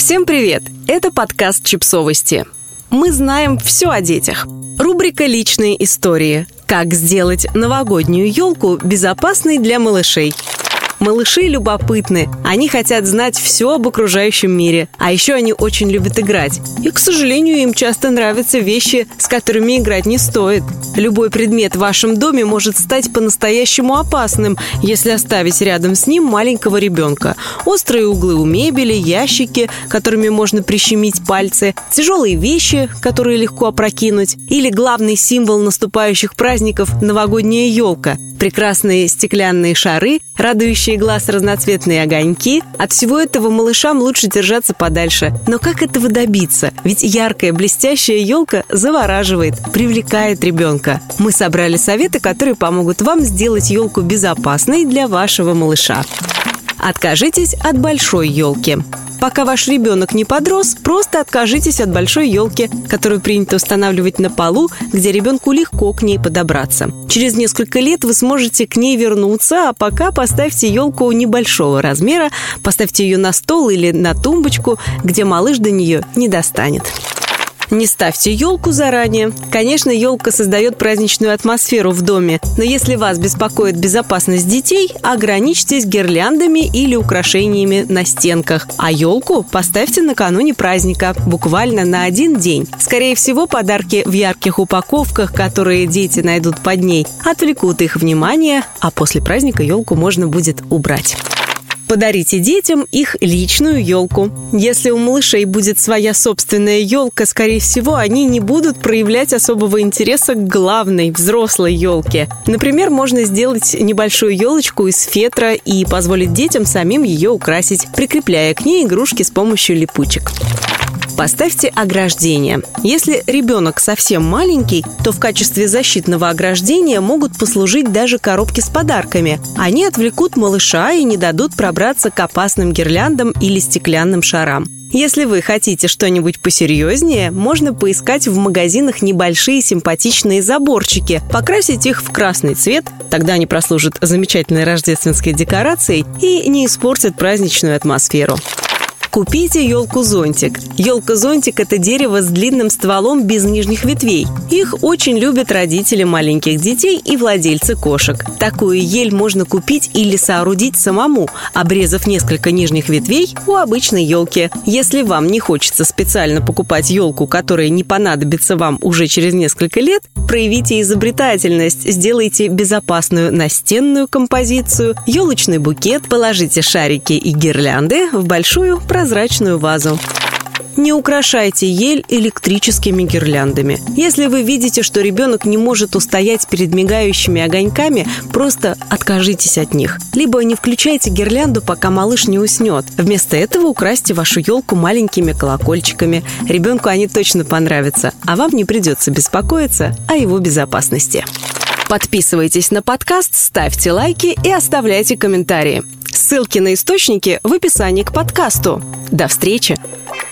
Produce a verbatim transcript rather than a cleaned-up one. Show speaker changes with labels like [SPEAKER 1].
[SPEAKER 1] Всем привет! Это подкаст «Чипсовости». Мы знаем все о детях. Рубрика «Личные истории». Как сделать новогоднюю елку безопасной для малышей. Малыши любопытны, они хотят знать все об окружающем мире, а еще они очень любят играть. И, к сожалению, им часто нравятся вещи, с которыми играть не стоит. Любой предмет в вашем доме может стать по-настоящему опасным, если оставить рядом с ним маленького ребенка. Острые углы у мебели, ящики, которыми можно прищемить пальцы, тяжелые вещи, которые легко опрокинуть, или главный символ наступающих праздников – новогодняя елка. Прекрасные стеклянные шары, радующие глаз разноцветные огоньки. От всего этого малышам лучше держаться подальше. Но как этого добиться? Ведь яркая, блестящая елка завораживает, привлекает ребенка. Мы собрали советы, которые помогут вам сделать елку безопасной для вашего малыша. Откажитесь от большой елки. Пока ваш ребенок не подрос, просто откажитесь от большой елки, которую принято устанавливать на полу, где ребенку легко к ней подобраться. Через несколько лет вы сможете к ней вернуться, а пока поставьте елку небольшого размера, поставьте ее на стол или на тумбочку, где малыш до нее не достанет. Не ставьте елку заранее. Конечно, елка создает праздничную атмосферу в доме, но если вас беспокоит безопасность детей, ограничьтесь гирляндами или украшениями на стенках. А елку поставьте накануне праздника, буквально на один день. Скорее всего, подарки в ярких упаковках, которые дети найдут под ней, отвлекут их внимание, а после праздника елку можно будет убрать. Подарите детям их личную елку. Если у малышей будет своя собственная елка, скорее всего, они не будут проявлять особого интереса к главной, взрослой елке. Например, можно сделать небольшую елочку из фетра и позволить детям самим ее украсить, прикрепляя к ней игрушки с помощью липучек. Поставьте ограждение. Если ребенок совсем маленький, то в качестве защитного ограждения могут послужить даже коробки с подарками. Они отвлекут малыша и не дадут пробраться к опасным гирляндам или стеклянным шарам. Если вы хотите что-нибудь посерьезнее, можно поискать в магазинах небольшие симпатичные заборчики, покрасить их в красный цвет, тогда они прослужат замечательной рождественской декорацией и не испортят праздничную атмосферу. Купите елку-зонтик. Елка-зонтик – это дерево с длинным стволом без нижних ветвей. Их очень любят родители маленьких детей и владельцы кошек. Такую ель можно купить или соорудить самому, обрезав несколько нижних ветвей у обычной елки. Если вам не хочется специально покупать елку, которая не понадобится вам уже через несколько лет, проявите изобретательность, сделайте безопасную настенную композицию, елочный букет, положите шарики и гирлянды в большую прозрачную вазу. Не украшайте ель электрическими гирляндами. Если вы видите, что ребенок не может устоять перед мигающими огоньками, просто откажитесь от них. Либо не включайте гирлянду, пока малыш не уснет. Вместо этого украсьте вашу елку маленькими колокольчиками. Ребенку они точно понравятся, а вам не придется беспокоиться о его безопасности. Подписывайтесь на подкаст, ставьте лайки и оставляйте комментарии. Ссылки на источники в описании к подкасту. До встречи!